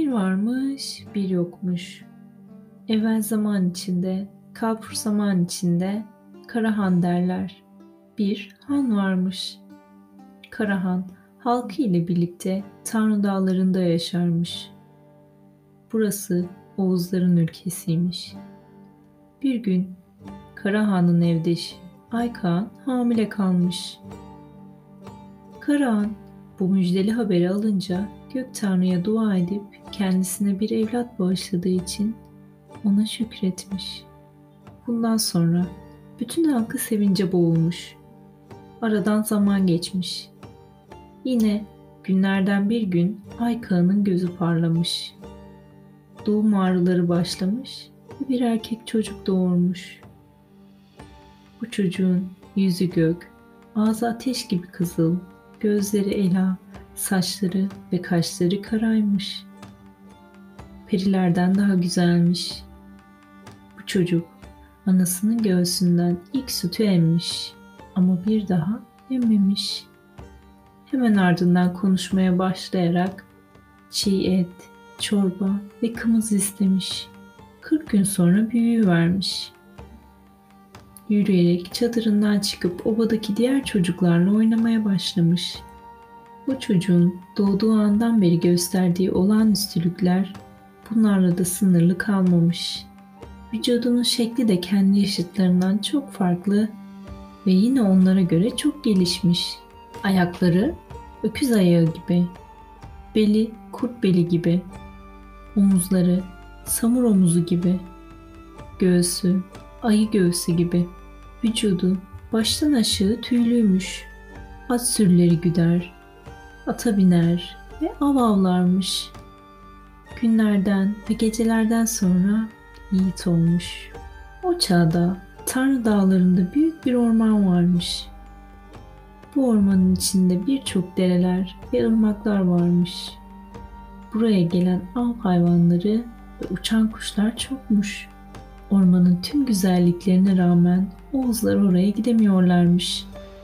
Bir varmış, bir yokmuş. Evvel zaman içinde, kalbur zaman içinde Karahan derler. Bir han varmış. Karahan, halkı ile birlikte Tanrı Dağları'nda yaşarmış. Burası Oğuzların ülkesiymiş. Bir gün Karahan'ın evdeşi Aykaan hamile kalmış. Karahan bu müjdeli haberi alınca Gök Tanrı'ya dua edip kendisine bir evlat bağışladığı için ona şükretmiş. Bundan sonra bütün halkı sevince boğulmuş. Aradan zaman geçmiş. Yine günlerden bir gün Aykağı'nın gözü parlamış. Doğum ağrıları başlamış ve bir erkek çocuk doğurmuş. Bu çocuğun yüzü gök, ağzı ateş gibi kızıl, gözleri ela, saçları ve kaşları karaymış. Perilerden daha güzelmiş. Bu çocuk anasının göğsünden ilk sütü emmiş ama bir daha emmemiş. Hemen ardından konuşmaya başlayarak çiğ et, çorba ve kımız istemiş. 40 gün sonra büyüyüvermiş. Yürüyerek çadırından çıkıp obadaki diğer çocuklarla oynamaya başlamış. Bu çocuğun doğduğu andan beri gösterdiği olağanüstülükler bunlarla da sınırlı kalmamış. Vücudunun şekli de kendi yaşıtlarından çok farklı ve yine onlara göre çok gelişmiş. Ayakları öküz ayağı gibi, beli kurt beli gibi, omuzları samur omuzu gibi, göğsü ayı göğsü gibi, vücudu baştan aşağı tüylüymüş. At sürüleri güder, ata biner ve av avlarmış. Günlerden ve gecelerden sonra yiğit olmuş. O çağda Tanrı Dağları'nda büyük bir orman varmış. Bu ormanın içinde birçok dereler ve ırmaklar varmış. Buraya gelen av hayvanları ve uçan kuşlar çokmuş. Ormanın tüm güzelliklerine rağmen Oğuzlar oraya gidemiyorlarmış.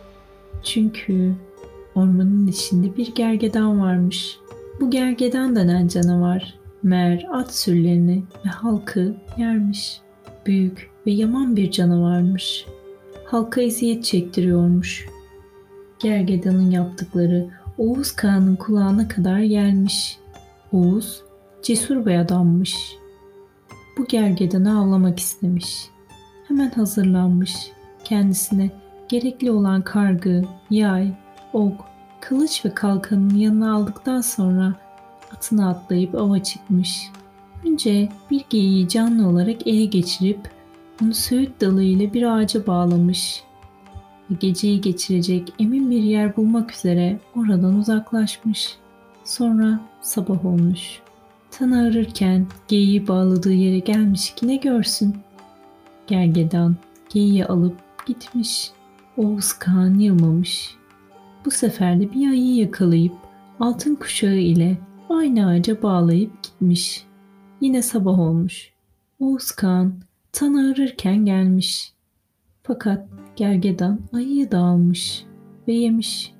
Çünkü ormanın içinde bir gergedan varmış. Bu gergedan denen canavar meğer at sürülerini ve halkı yermiş. Büyük ve yaman bir canavarmış. Halka eziyet çektiriyormuş. Gergedanın yaptıkları Oğuz Kağan'ın kulağına kadar gelmiş. Oğuz cesur bir adammış. Bu gergedanı avlamak istemiş. Hemen hazırlanmış. Kendisine gerekli olan kargı, yay, ok, kılıç ve kalkanını yanına aldıktan sonra atına atlayıp ava çıkmış. Önce bir geyiği canlı olarak ele geçirip onu söğüt dalı ile bir ağaca bağlamış ve geceyi geçirecek emin bir yer bulmak üzere oradan uzaklaşmış. Sonra sabah olmuş. Tan ağrırken geyiği bağladığı yere gelmiş ki ne görsün? Gergedan geyiği alıp gitmiş. Oğuz Kağan yılmamış. Bu sefer de bir ayıyı yakalayıp altın kuşağı ile aynı ağaca bağlayıp gitmiş. Yine sabah olmuş. Oğuz Kağan tan ağrırken gelmiş. Fakat gergedan ayıyı da almış ve yemiş.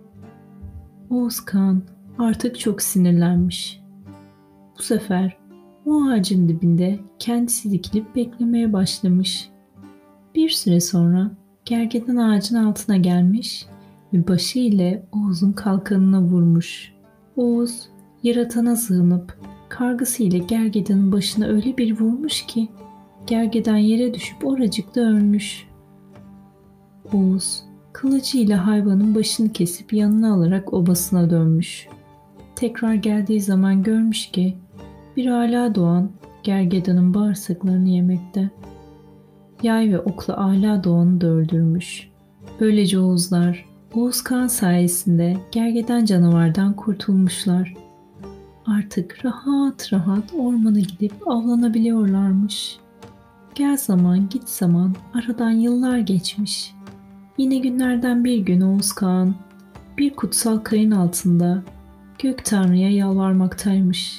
Oğuz Kağan artık çok sinirlenmiş. Bu sefer o ağacın dibinde kendisi dikilip beklemeye başlamış. Bir süre sonra gergedan ağacın altına gelmiş ve başı ile Oğuz'un kalkanına vurmuş. Oğuz yaratana sığınıp kargısı ile gergedanın başına öyle bir vurmuş ki gergedan yere düşüp oracıkta ölmüş. Oğuz kılıcıyla hayvanın başını kesip yanına alarak obasına dönmüş. Tekrar geldiği zaman görmüş ki bir ala doğan gergedanın bağırsaklarını yemekte. Yay ve okla ala doğanı da öldürmüş. Böylece Oğuzlar Oğuz Kağan sayesinde gergedan canavardan kurtulmuşlar. Artık rahat rahat ormana gidip avlanabiliyorlarmış. Gel zaman git zaman aradan yıllar geçmiş. Yine günlerden bir gün Oğuz Kağan bir kutsal kayın altında Gök Tanrı'ya yalvarmaktaymış.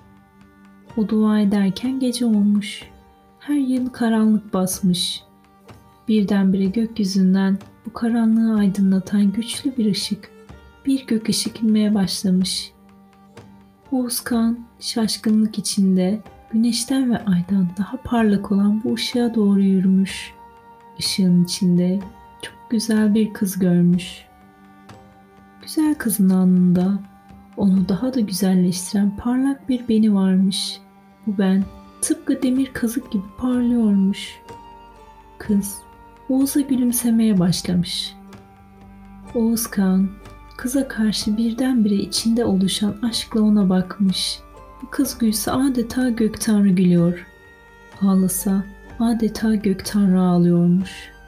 O dua ederken gece olmuş. Her yıl karanlık basmış. Birdenbire gökyüzünden bu karanlığı aydınlatan güçlü bir ışık, bir gök ışık inmeye başlamış. Oğuz Kağan şaşkınlık içinde güneşten ve aydan daha parlak olan bu ışığa doğru yürümüş. Işığın içinde çok güzel bir kız görmüş. Güzel kızın alnında onu daha da güzelleştiren parlak bir beni varmış. Bu ben tıpkı demir kazık gibi parlıyormuş. Kız Oğuz'a gülümsemeye başlamış. Oğuz Kağan kıza karşı birdenbire içinde oluşan aşkla ona bakmış. Bu kız gülse adeta gök tanrı gülüyor. Ağlasa adeta gök tanrı ağlıyormuş.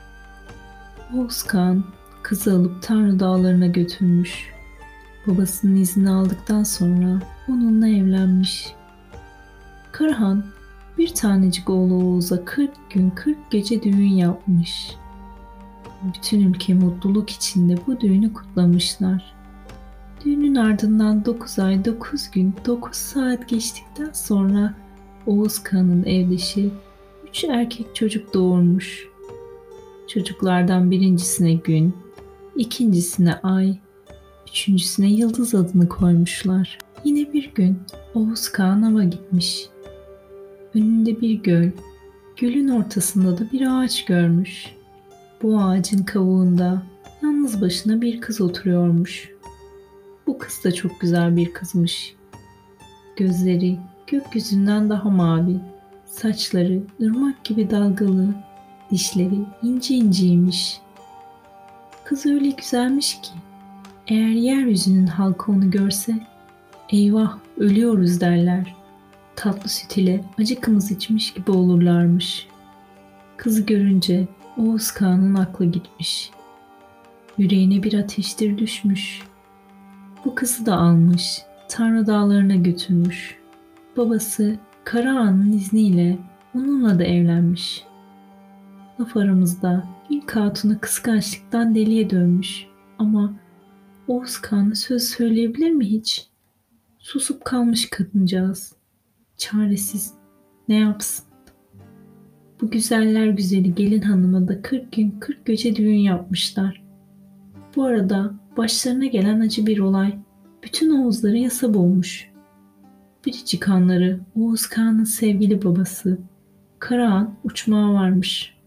Oğuz Kağan kızı alıp Tanrı Dağları'na götürmüş. Babasının izni aldıktan sonra onunla evlenmiş. Karahan bir tanecik oğlu Oğuz'a 40 gün 40 gece düğün yapmış. Bütün ülke mutluluk içinde bu düğünü kutlamışlar. Düğünün ardından 9 ay 9 gün 9 saat geçtikten sonra Oğuz Kağan'ın evdeşi 3 erkek çocuk doğurmuş. Çocuklardan birincisine gün, ikincisine ay, üçüncüsüne yıldız adını koymuşlar. Yine bir gün Oğuz Kağan ava gitmiş. Önünde bir göl, gölün ortasında da bir ağaç görmüş. Bu ağacın kavuğunda yalnız başına bir kız oturuyormuş. Bu kız da çok güzel bir kızmış. Gözleri gökyüzünden daha mavi, saçları ırmak gibi dalgalı, dişleri ince inceymiş. Kız öyle güzelmiş ki eğer yeryüzünün halkı onu görse eyvah ölüyoruz derler. Tatlı süt ile acı kımız içmiş gibi olurlarmış. Kızı görünce Oğuz Kağan'ın aklı gitmiş. Yüreğine bir ateştir düşmüş. Bu kızı da almış, Tanrı Dağları'na götürmüş. Babası Karahan'ın izniyle onunla da evlenmiş. Laf aramızda ilk hatuna kıskançlıktan deliye dönmüş. Ama Oğuz Kağan'a söz söyleyebilir mi hiç? Susup kalmış kadıncağız. Çaresiz. Ne yapsın? Bu güzeller güzeli gelin hanıma da 40 gün 40 gece düğün yapmışlar. Bu arada başlarına gelen acı bir olay bütün Oğuzları yasa boğmuş. Biricik hanları Oğuz Kağan'ın sevgili babası Karahan uçmağa varmış.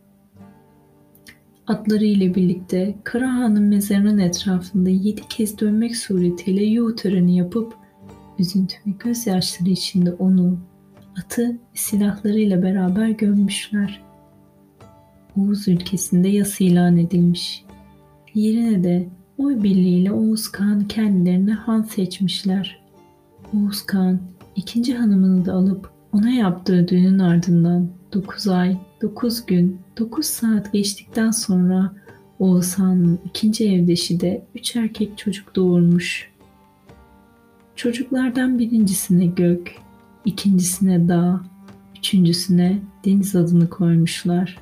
Atları ile birlikte Karahan'ın mezarının etrafında 7 kez dönmek suretiyle yuh töreni yapıp üzüntü ve gözyaşları içinde onu, atı ve silahlarıyla beraber gömmüşler. Oğuz ülkesinde yas ilan edilmiş. Yerine de oy birliğiyle Oğuz Kağan'ı kendilerine han seçmişler. Oğuz Kağan ikinci hanımını da alıp ona yaptığı düğünün ardından 9 ay, 9 gün, 9 saat geçtikten sonra Oğuz Han'ın ikinci evdeşi de 3 erkek çocuk doğurmuş. Çocuklardan birincisine Gök, ikincisine Dağ, üçüncüsüne Deniz adını koymuşlar.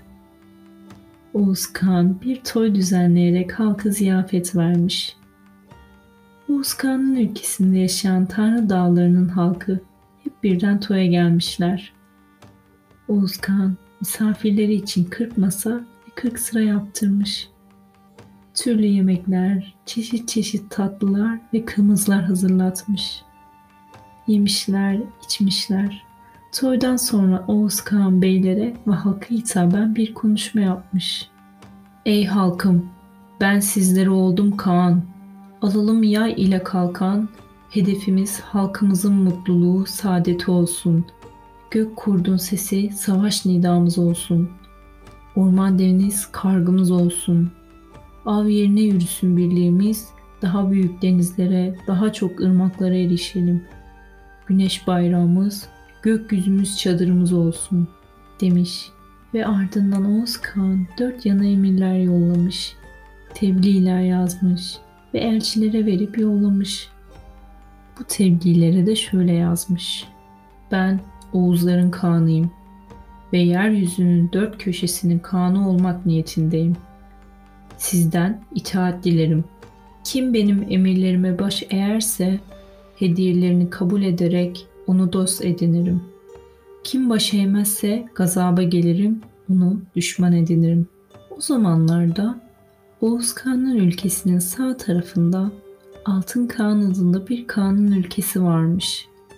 Oğuz Kağan bir toy düzenleyerek halka ziyafet vermiş. Oğuz Kağan'ın ülkesinde yaşayan Tanrı Dağları'nın halkı hep birden toya gelmişler. Oğuz Kağan misafirleri için 40 masa ve 40 sıra yaptırmış. Türlü yemekler, çeşit çeşit tatlılar ve kımızlar hazırlatmış. Yemişler, içmişler. Toydan sonra Oğuz Kağan beylere ve halka hitaben bir konuşma yapmış. Ey halkım, ben sizlere oldum Kağan. Alalım yay ile kalkan, hedefimiz halkımızın mutluluğu, saadeti olsun. Gök kurdun sesi savaş nidamız olsun. Orman deniz kargımız olsun. Av yerine yürüsün birliğimiz, daha büyük denizlere, daha çok ırmaklara erişelim. Güneş bayrağımız, gökyüzümüz çadırımız olsun demiş ve ardından Oğuz Kağan 4 yana emirler yollamış, tebliğler yazmış ve elçilere verip yollamış. Bu tebliğlere de şöyle yazmış: Ben Oğuzların Kağan'ıyım ve yeryüzünün 4 köşesinin Kağan'ı olmak niyetindeyim. Sizden itaat dilerim. Kim benim emirlerime baş eğerse hediyelerini kabul ederek onu dost edinirim. Kim baş eğmezse gazaba gelirim, onu düşman edinirim. O zamanlarda Oğuz Kağan'ın ülkesinin sağ tarafında Altın Kağan adında bir Kağan'ın ülkesi varmış.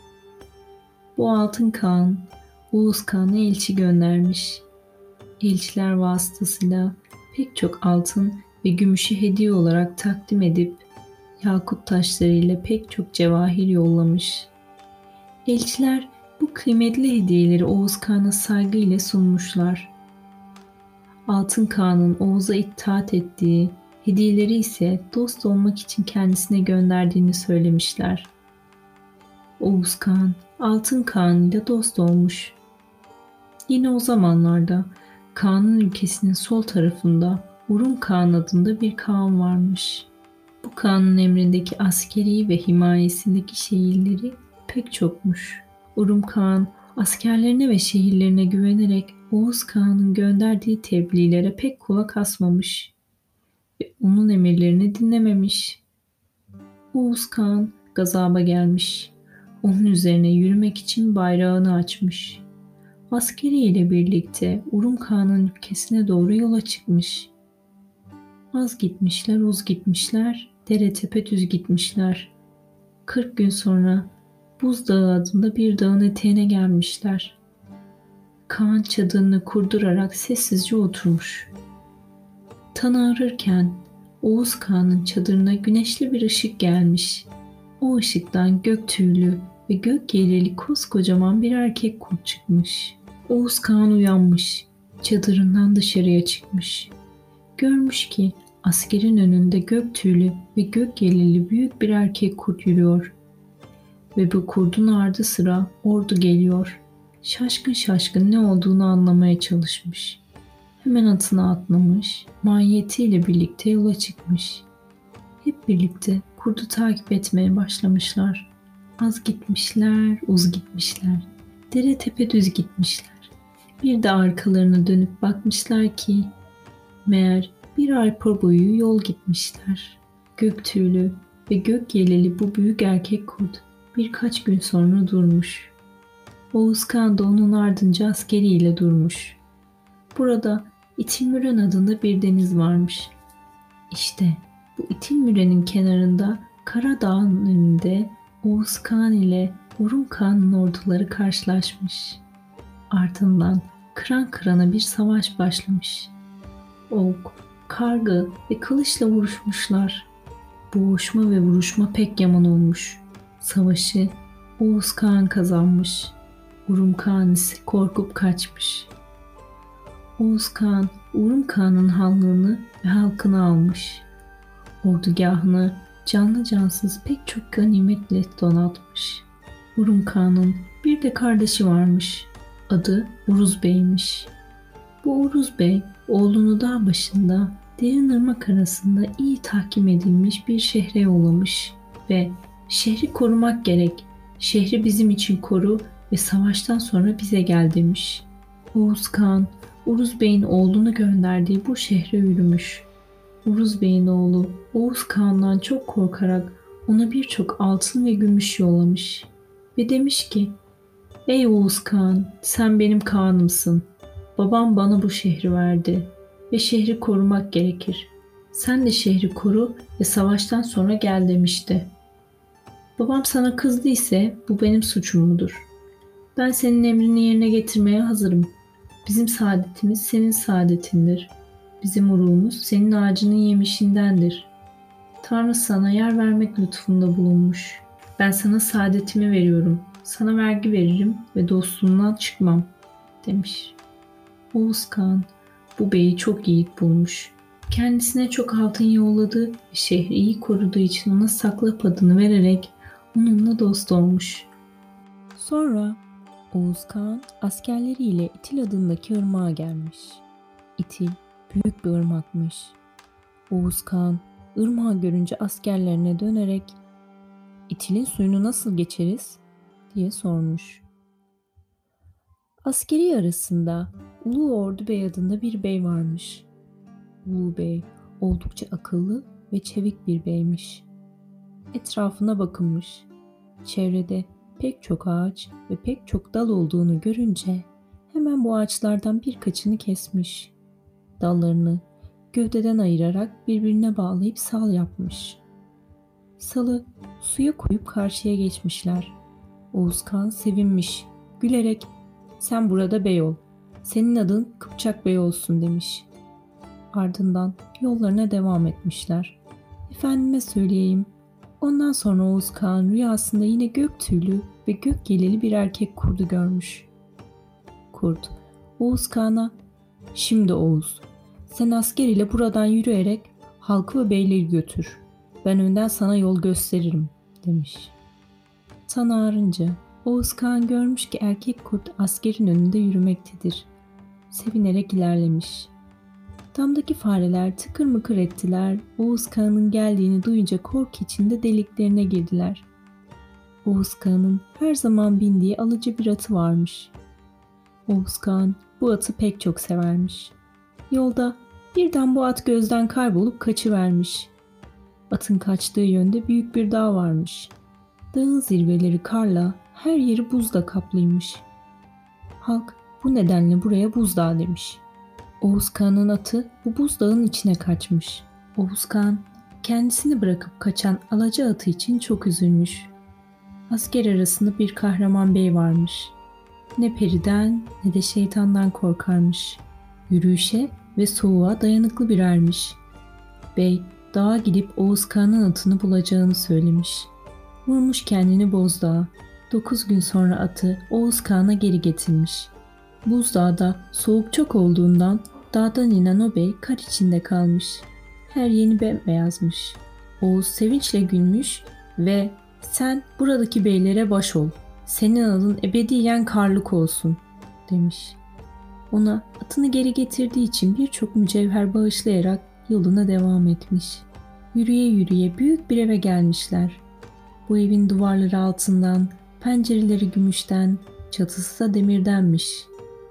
Bu Altın Kağan, Oğuz Kağan'a elçi göndermiş. Elçiler vasıtasıyla pek çok altın ve gümüşü hediye olarak takdim edip yakut taşlarıyla pek çok cevahir yollamış. Elçiler bu kıymetli hediyeleri Oğuz Kağan'a saygıyla sunmuşlar. Altın Kağan'ın Oğuz'a itaat ettiği, hediyeleri ise dost olmak için kendisine gönderdiğini söylemişler. Oğuz Kağan, Altın Kağan ile dost olmuş. Yine o zamanlarda Kağan'ın ülkesinin sol tarafında Urum Kağan adında bir Kağan varmış. Bu Kağan'ın emrindeki askeri ve himayesindeki şehirleri pek çokmuş. Urum Kağan askerlerine ve şehirlerine güvenerek Oğuz Kağan'ın gönderdiği tebliğlere pek kulak asmamış ve onun emirlerini dinlememiş. Oğuz Kağan gazaba gelmiş. Onun üzerine yürümek için bayrağını açmış. Askeriyle birlikte Urum Kağan'ın ülkesine doğru yola çıkmış. Az gitmişler, uz gitmişler, dere tepe düz gitmişler. 40 gün sonra Buzdağı adında bir dağın eteğine gelmişler. Kağan çadırını kurdurarak sessizce oturmuş. Tan ağrırken Oğuz Kağan'ın çadırına güneşli bir ışık gelmiş. O ışıktan gök tüylü ve gök yeleli koskocaman bir erkek kurt çıkmış. Oğuz Kağan uyanmış, çadırından dışarıya çıkmış. Görmüş ki askerin önünde gök tüylü ve gök yeleli büyük bir erkek kurt yürüyor. Ve bu kurdun ardı sıra ordu geliyor. Şaşkın şaşkın ne olduğunu anlamaya çalışmış. Hemen atına atlamış, mahiyetiyle birlikte yola çıkmış. Hep birlikte kurdu takip etmeye başlamışlar. Az gitmişler, uz gitmişler. Dere tepe düz gitmişler. Bir de arkalarına dönüp bakmışlar ki meğer bir arpa boyu yol gitmişler. Gök tüylü ve gök yeleli bu büyük erkek kurt birkaç gün sonra durmuş. Oğuz Kağan da onun ardınca askeriyle durmuş. Burada İtilmüren adında bir deniz varmış. İşte bu İtilmüren'in kenarında Karadağ'ın önünde Oğuz Kağan ile Urum Kağan'ın orduları karşılaşmış. Ardından kıran kırana bir savaş başlamış. Ok, kargı ve kılıçla vuruşmuşlar. Boğuşma ve vuruşma pek yaman olmuş. Savaşı Oğuz Kağan kazanmış. Urum Kağan ise korkup kaçmış. Oğuz Kağan, Urum Kağan'ın hanlığını ve halkını almış. Ordugahını canlı cansız pek çok ganimetle donatmış. Urum Kağan'ın bir de kardeşi varmış. Adı Uruz Bey'miş. Bu Uruz Bey, oğlunu dağ başında derin ırmak arasında iyi tahkim edilmiş bir şehre yollamış ve şehri korumak gerek, şehri bizim için koru ve savaştan sonra bize gel demiş. Oğuz Kağan, Uruz Bey'in oğlunu gönderdiği bu şehre yürümüş. Uruz Bey'in oğlu Oğuz Kağan'dan çok korkarak ona birçok altın ve gümüş yollamış ve demiş ki, ''Ey Oğuz Kağan, sen benim Kağan'ımsın. Babam bana bu şehri verdi ve şehri korumak gerekir. Sen de şehri koru ve savaştan sonra gel demişti. Babam sana kızdı ise bu benim suçum mudur? Ben senin emrini yerine getirmeye hazırım. Bizim saadetimiz senin saadetindir. Bizim uruğumuz senin ağacının yemişindendir. Tanrı sana yer vermek lütfunda bulunmuş. Ben sana saadetimi veriyorum. Sana vergi veririm ve dostluğundan çıkmam,'' demiş. Oğuz Kağan bu beyi çok yiğit bulmuş. Kendisine çok altın yolladı ve şehri iyi koruduğu için ona Saklap adını vererek onunla dost olmuş. Sonra Oğuz Kağan askerleriyle İtil adındaki ırmağa gelmiş. İtil büyük bir ırmakmış. Oğuz Kağan ırmağı görünce askerlerine dönerek "İtil'in suyunu nasıl geçeriz?" diye sormuş. Askeri arasında Ulu Ordu Bey adında bir bey varmış. Ulu Bey oldukça akıllı ve çevik bir beymiş. Etrafına bakınmış. Çevrede pek çok ağaç ve pek çok dal olduğunu görünce hemen bu ağaçlardan birkaçını kesmiş. Dallarını gövdeden ayırarak birbirine bağlayıp sal yapmış. Salı suya koyup karşıya geçmişler. Oğuz Kağan sevinmiş. Gülerek sen burada bey ol. Senin adın Kıpçak Bey olsun demiş. Ardından yollarına devam etmişler. Efendime söyleyeyim. Ondan sonra Oğuz Kağan rüyasında yine gök tüylü ve gök yeleli bir erkek kurdu görmüş. Kurt, Oğuz Kağan'a şimdi Oğuz, sen asker ile buradan yürüyerek halkı ve beyleri götür. Ben önden sana yol gösteririm demiş. Tan ağarınca Oğuz Kağan görmüş ki erkek kurt askerin önünde yürümektedir. Sevinerek ilerlemiş. Damdaki fareler tıkır mıkır ettiler. Oğuz Kağan'ın geldiğini duyunca korku içinde deliklerine girdiler. Oğuz Kağan'ın her zaman bindiği alıcı bir atı varmış. Oğuz Kağan bu atı pek çok severmiş. Yolda birden bu at gözden kaybolup kaçıvermiş. Atın kaçtığı yönde büyük bir dağ varmış. Dağın zirveleri karla, her yeri buzla kaplıymış. Halk bu nedenle buraya buzdağı demiş. Oğuz Kağan'ın atı bu buzdağın içine kaçmış. Oğuz Kağan kendisini bırakıp kaçan alaca atı için çok üzülmüş. Asker arasında bir kahraman bey varmış. Ne periden ne de şeytandan korkarmış. Yürüyüşe ve soğuğa dayanıklı bir ermiş. Bey dağa gidip Oğuz Kağan'ın atını bulacağını söylemiş. Vurmuş kendini bozdağa. 9 gün sonra atı Oğuz Kağan'a geri getirmiş. Buzdağda soğuk çok olduğundan dağdan inen o bey kar içinde kalmış. Her yeni bembeyazmış. Oğuz sevinçle gülmüş ve sen buradaki beylere baş ol. Senin adın ebediyen karlık olsun demiş. Ona atını geri getirdiği için birçok mücevher bağışlayarak yoluna devam etmiş. Yürüye yürüye büyük bir eve gelmişler. Bu evin duvarları altından, pencereleri gümüşten, çatısı da demirdenmiş.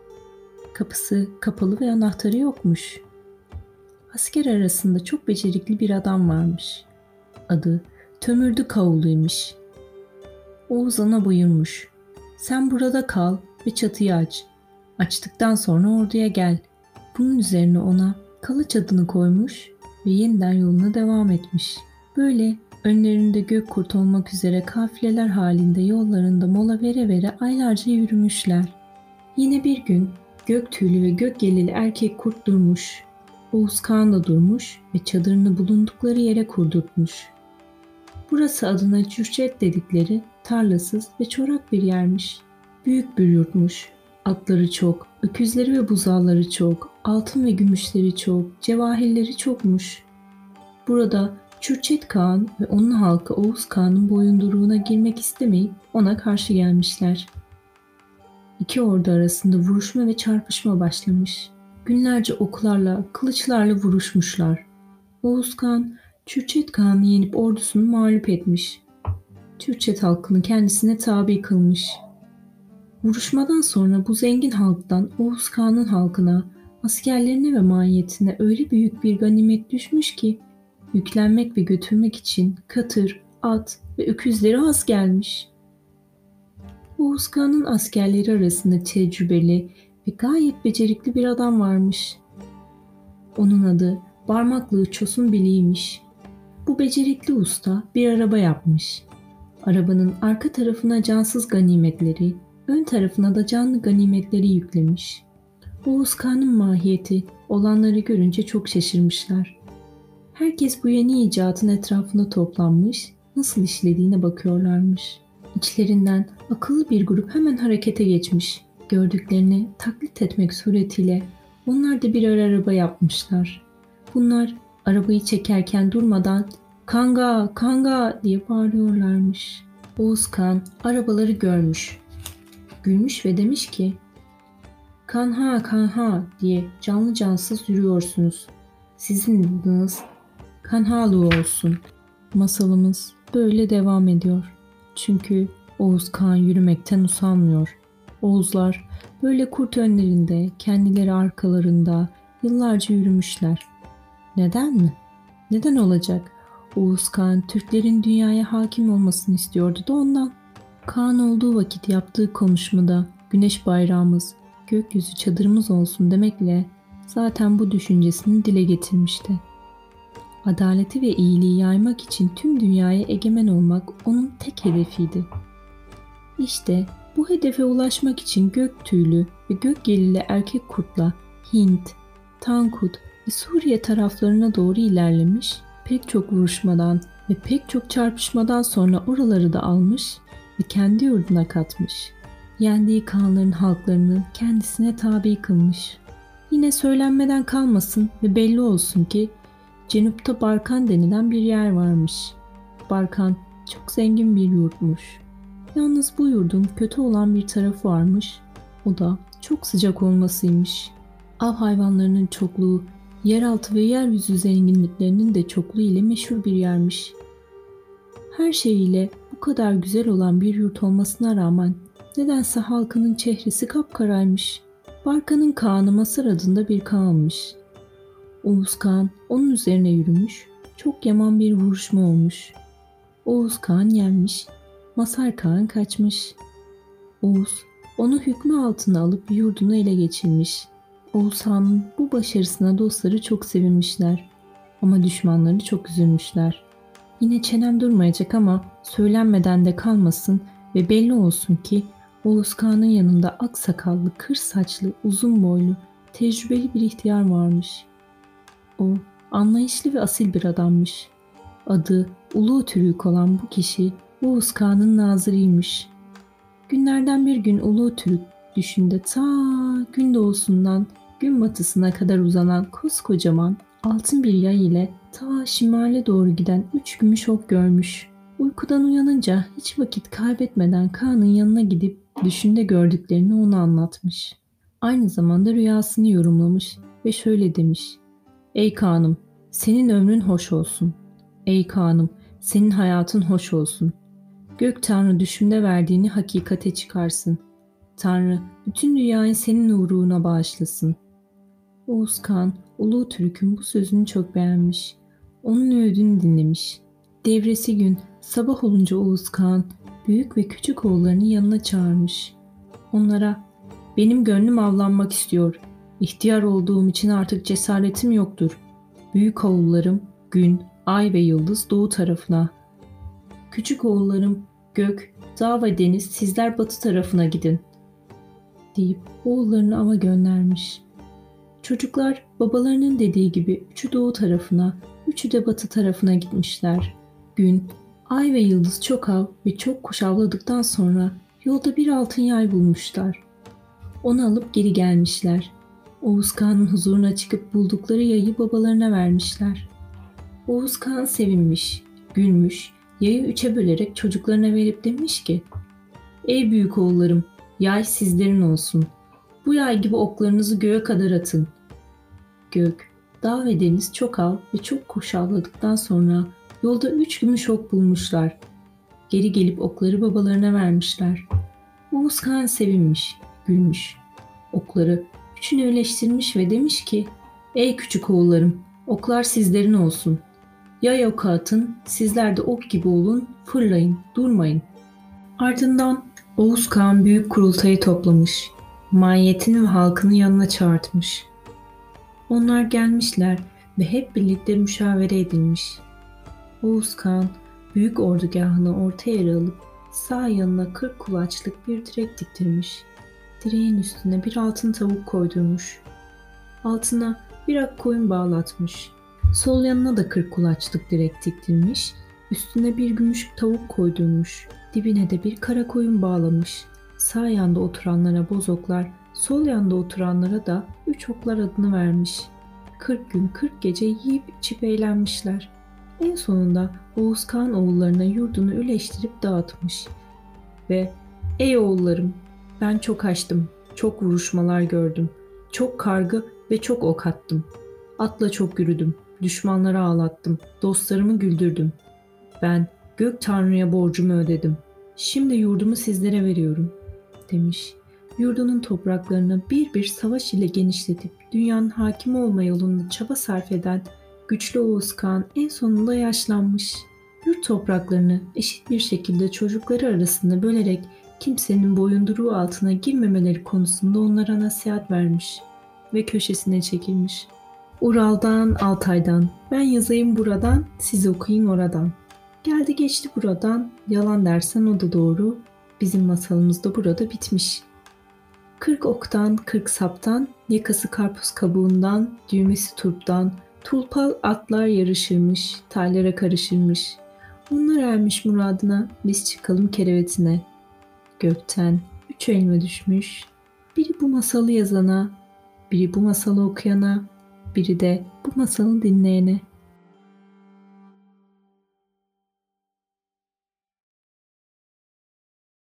Kapısı kapalı ve anahtarı yokmuş. Asker arasında çok becerikli bir adam varmış. Adı Tömürdü Kavulu'ymuş. Oğuz ona buyurmuş. Sen burada kal ve çatıyı aç. Açtıktan sonra orduya gel. Bunun üzerine ona Kılıç adını koymuş ve yeniden yoluna devam etmiş. Böyle önlerinde Gökkurt olmak üzere kafileler halinde yollarında mola vere vere aylarca yürümüşler. Yine bir gün gök tüylü ve gök yeleli erkek kurt durmuş. Oğuz Kağan da durmuş ve çadırını bulundukları yere kurdurtmuş. Burası adına Cürçet dedikleri tarlasız ve çorak bir yermiş. Büyük bir yurtmuş. Atları çok, öküzleri ve buzağları çok, altın ve gümüşleri çok, cevahirleri çokmuş. Burada Cürçet Kağan ve onun halkı Oğuz Kağan'ın boyunduruğuna girmek istemeyip ona karşı gelmişler. İki ordu arasında vuruşma ve çarpışma başlamış. Günlerce oklarla, kılıçlarla vuruşmuşlar. Oğuz Kağan, Cürçet Kağan'ı yenip ordusunu mağlup etmiş. Cürçet halkını kendisine tabi kılmış. Vuruşmadan sonra bu zengin halktan Oğuz Kağan'ın halkına, askerlerine ve mahiyetine öyle büyük bir ganimet düşmüş ki yüklenmek ve götürmek için katır, at ve öküzleri az gelmiş. Oğuz Kağan'ın askerleri arasında tecrübeli ve gayet becerikli bir adam varmış. Onun adı Barmaklığı Çosun Bili'ymiş. Bu becerikli usta bir araba yapmış. Arabanın arka tarafına cansız ganimetleri, ön tarafına da canlı ganimetleri yüklemiş. Oğuz Kağan'ın mahiyeti olanları görünce çok şaşırmışlar. Herkes bu yeni icatın etrafına toplanmış, nasıl işlediğine bakıyorlarmış. İçlerinden akıllı bir grup hemen harekete geçmiş. Gördüklerini taklit etmek suretiyle onlar da birer araba yapmışlar. Bunlar arabayı çekerken durmadan "Kanga, kanga!" diye bağırıyorlarmış. Oğuz Kağan arabaları görmüş. Gülmüş ve demiş ki "Kanha, kanha!" diye canlı cansız yürüyorsunuz. Sizin adınız Kanhalı olsun. Masalımız böyle devam ediyor. Çünkü Oğuz Kağan yürümekten usanmıyor. Oğuzlar böyle kurt önlerinde, kendileri arkalarında yıllarca yürümüşler. Neden mi? Neden olacak? Oğuz Kağan Türklerin dünyaya hakim olmasını istiyordu da ondan. Kağan olduğu vakit yaptığı konuşmada güneş bayrağımız, gökyüzü çadırımız olsun demekle zaten bu düşüncesini dile getirmişti. Adaleti ve iyiliği yaymak için tüm dünyaya egemen olmak onun tek hedefiydi. İşte bu hedefe ulaşmak için gök tüylü ve gök yelili erkek kurtla Hint, Tankut ve Suriye taraflarına doğru ilerlemiş, pek çok vuruşmadan ve pek çok çarpışmadan sonra oraları da almış ve kendi yurduna katmış. Yendiği Kağanların halklarını kendisine tabi kılmış. Yine söylenmeden kalmasın ve belli olsun ki Cenup'ta Barkan denilen bir yer varmış. Barkan çok zengin bir yurtmuş. Yalnız bu yurdun kötü olan bir tarafı varmış. O da çok sıcak olmasıymış. Av hayvanlarının çokluğu, yeraltı ve yeryüzü zenginliklerinin de çokluğu ile meşhur bir yermiş. Her şeyiyle bu kadar güzel olan bir yurt olmasına rağmen nedense halkının çehresi kapkaraymış. Barkan'ın Kağan'ı Masar adında bir Kağan'mış. Oğuz Kağan onun üzerine yürümüş, çok yaman bir vuruşma olmuş. Oğuz Kağan yenmiş, Masar Kağan kaçmış. Oğuz onu hükmü altına alıp yurdunu ele geçirmiş. Oğuz Han'ın bu başarısına dostları çok sevinmişler ama düşmanları çok üzülmüşler. Yine çenem durmayacak ama söylenmeden de kalmasın ve belli olsun ki Oğuz Kağan'ın yanında ak sakallı, kır saçlı, uzun boylu, tecrübeli bir ihtiyar varmış. O anlayışlı ve asil bir adammış. Adı Ulu Türük olan bu kişi Oğuz Kağan'ın nazırıymış. Günlerden bir gün Ulu Türk düşünde ta gün doğusundan gün batısına kadar uzanan koskocaman altın bir yay ile ta şimale doğru giden 3 gümüş ok görmüş. Uykudan uyanınca hiç vakit kaybetmeden Kaan'ın yanına gidip düşünde gördüklerini ona anlatmış. Aynı zamanda rüyasını yorumlamış ve şöyle demiş. Ey Kaan'ım, senin ömrün hoş olsun. Ey Kaan'ım, senin hayatın hoş olsun. Gök Tanrı düşümde verdiğini hakikate çıkarsın. Tanrı bütün dünyayı senin uğruna bağışlasın. Oğuz Kağan, Ulu Türk'ün bu sözünü çok beğenmiş. Onun öğüdünü dinlemiş. Devresi gün sabah olunca Oğuz Kağan büyük ve küçük oğullarını yanına çağırmış. Onlara benim gönlüm avlanmak istiyor. İhtiyar olduğum için artık cesaretim yoktur. Büyük oğullarım gün, ay ve yıldız doğu tarafına. Küçük oğullarım gök, dağ ve deniz sizler batı tarafına gidin deyip oğullarını ava göndermiş. Çocuklar babalarının dediği gibi üçü doğu tarafına, üçü de batı tarafına gitmişler. Gün, ay ve yıldız çok av ve çok kuş avladıktan sonra yolda bir altın yay bulmuşlar. Onu alıp geri gelmişler. Oğuz Kağan'ın huzuruna çıkıp buldukları yayı babalarına vermişler. Oğuz Kağan sevinmiş, gülmüş, yayı üçe bölerek çocuklarına verip demiş ki, Ey büyük oğullarım, yay sizlerin olsun. Bu yay gibi oklarınızı göğe kadar atın. Gök, dağ ve deniz çok av ve çok kuş avladıktan sonra yolda 3 gümüş ok bulmuşlar. Geri gelip okları babalarına vermişler. Oğuz Kağan sevinmiş, gülmüş. Okları üçünü öleştirmiş ve demiş ki, Ey küçük oğullarım, oklar sizlerin olsun. Yay oku atın, sizler de ok gibi olun, fırlayın, durmayın. Ardından Oğuz Kağan büyük kurultayı toplamış. Mahiyetini ve halkını yanına çağırtmış. Onlar gelmişler ve hep birlikte müşavere edilmiş. Oğuz Kağan büyük ordugahını orta yere alıp sağ yanına 40 kulaçlık bir direk diktirmiş. Direğin üstüne bir altın tavuk koydurmuş. Altına bir ak koyun bağlatmış. Sol yanına da 40 kulaçlık direk diktirmiş. Üstüne bir gümüş tavuk koydurmuş. Dibine de bir kara koyun bağlamış. Sağ yanda oturanlara bozoklar, sol yanda oturanlara da 3 oklar adını vermiş. 40 gün 40 gece yiyip içip eğlenmişler. En sonunda Oğuz Kağan oğullarına yurdunu üleştirip dağıtmış. Ve ey oğullarım, ben çok açtım, çok vuruşmalar gördüm, çok kargı ve çok ok attım. Atla çok yürüdüm, düşmanları ağlattım, dostlarımı güldürdüm. Ben Gök Tanrı'ya borcumu ödedim. Şimdi yurdumu sizlere veriyorum, demiş. Yurdunun topraklarını bir bir savaş ile genişletip dünyanın hakim olma yolunda çaba sarf eden güçlü Oğuz Kağan en sonunda yaşlanmış. Yurt topraklarını eşit bir şekilde çocukları arasında bölerek kimsenin boyunduruğu altına girmemeleri konusunda onlara nasihat vermiş ve köşesine çekilmiş. Ural'dan, Altay'dan, ben yazayım buradan, siz okuyayım oradan. Geldi geçti buradan, yalan dersen o da doğru. Bizim masalımız da burada bitmiş. 40 oktan, 40 saptan, yakası karpuz kabuğundan, düğmesi turptan, tulpal atlar yarışırmış, taylara karışırmış. Onlar ermiş muradına, biz çıkalım kerevetine. Gökten 3 elma düşmüş, biri bu masalı yazana, biri bu masalı okuyana, biri de bu masalı dinleyene.